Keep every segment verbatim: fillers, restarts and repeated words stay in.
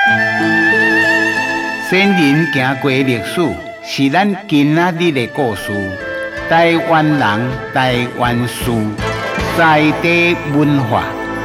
先人行过的历史，是咱今仔日的故事。台湾人，台湾事，在地文化。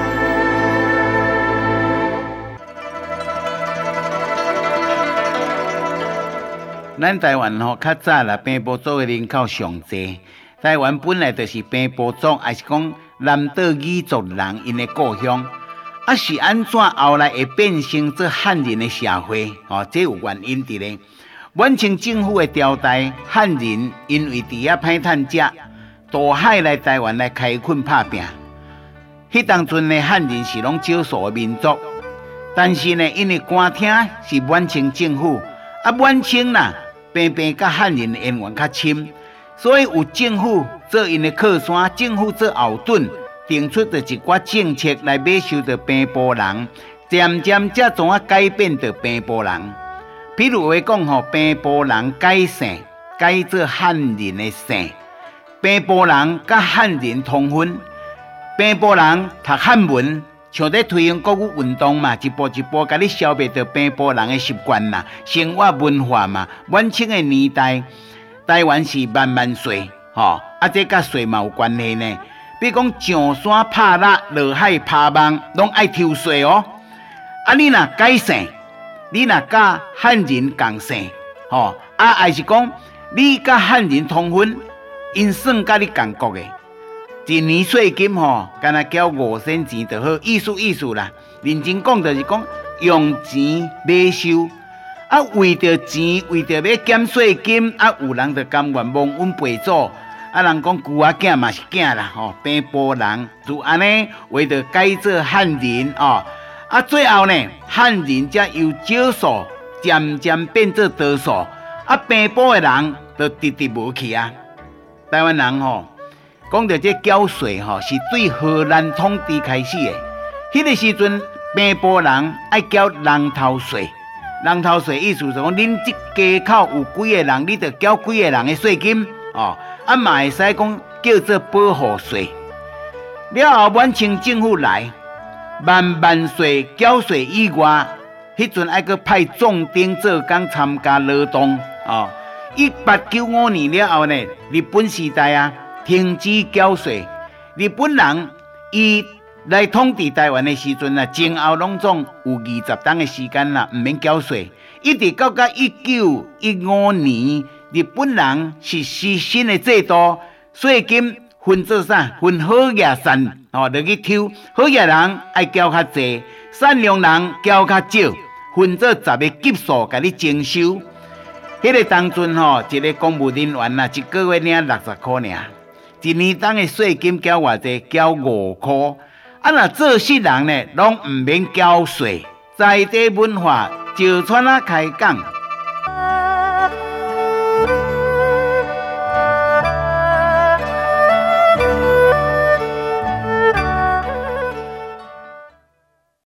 咱台湾吼，较早啦，平埔族的人口上济。台湾本来就是平埔族，也是讲南岛语族人因的故乡。啊，是安怎后来会变成做汉人的社会？哦，这有原因伫咧。满清政府的朝代，汉人因为伫遐歹趁食，渡海来台湾来开垦打拼。迄当阵的汉人是拢少数的民族，但是呢，因为官厅是满清政府，啊，满清啦，平平甲汉人的渊源较深，所以有政府做因的靠山，政府做后盾。定出着一寡政策来买收着平埔人，渐渐才怎啊改变着平埔人。譬如话讲吼，平埔人改姓，改做汉人的姓。平埔人甲汉人通婚，平埔人读汉文，像在推行国语运动嘛，一步一步甲你消灭着平埔人的习惯啦、生活文化嘛。满清的年代，台湾是万万岁，吼、哦，啊，这甲岁嘛有关系呢。比如讲上山拍蜡、落海拍网，拢爱抽税哦。啊，你若改姓，你若甲汉人共姓，吼、哦，啊，还是讲你甲汉人通婚，因算甲你共国的，一年税金吼，干那交五仙钱就好，意思意思啦。认真讲就是讲用钱买收，啊，为着钱，为着要减税金，啊，有人就甘愿忘阮爸祖。啊，人讲旧仔囝嘛是囝啦，吼、哦，平埔人就安尼为着改做汉人哦，啊，最后呢，汉人才由少数渐渐变做多数，啊，平埔的人就直直无去啊。台湾人吼、哦，讲到这缴税吼，是对荷兰统治开始的。迄、那个时阵，平埔人爱缴人头税，人头税意思是讲，恁这家口有几个人，你就缴几个人的税金哦。啊，嘛会使讲叫做保护税。了后，满清政府来，万万岁缴税以外，迄阵还阁派壮丁做工参加劳动哦。一八九五年了后呢，日本时代啊停止缴税。日本人伊来统治台湾的时阵啊，前后拢总有二十冬的时间啦，唔免缴税，一直到到一九一五年。日本人实施新的制度，税金分做啥？分好野善哦，就去抽。好野人爱交较济，善良人交较少，分做十个级数，甲你征收。迄、那个当阵吼，一个公务人员啊，一个月领六十块尔，一年当的税金交偌济？交五块。啊，若做事人呢，拢唔免交税。在地文化，石川啊开讲。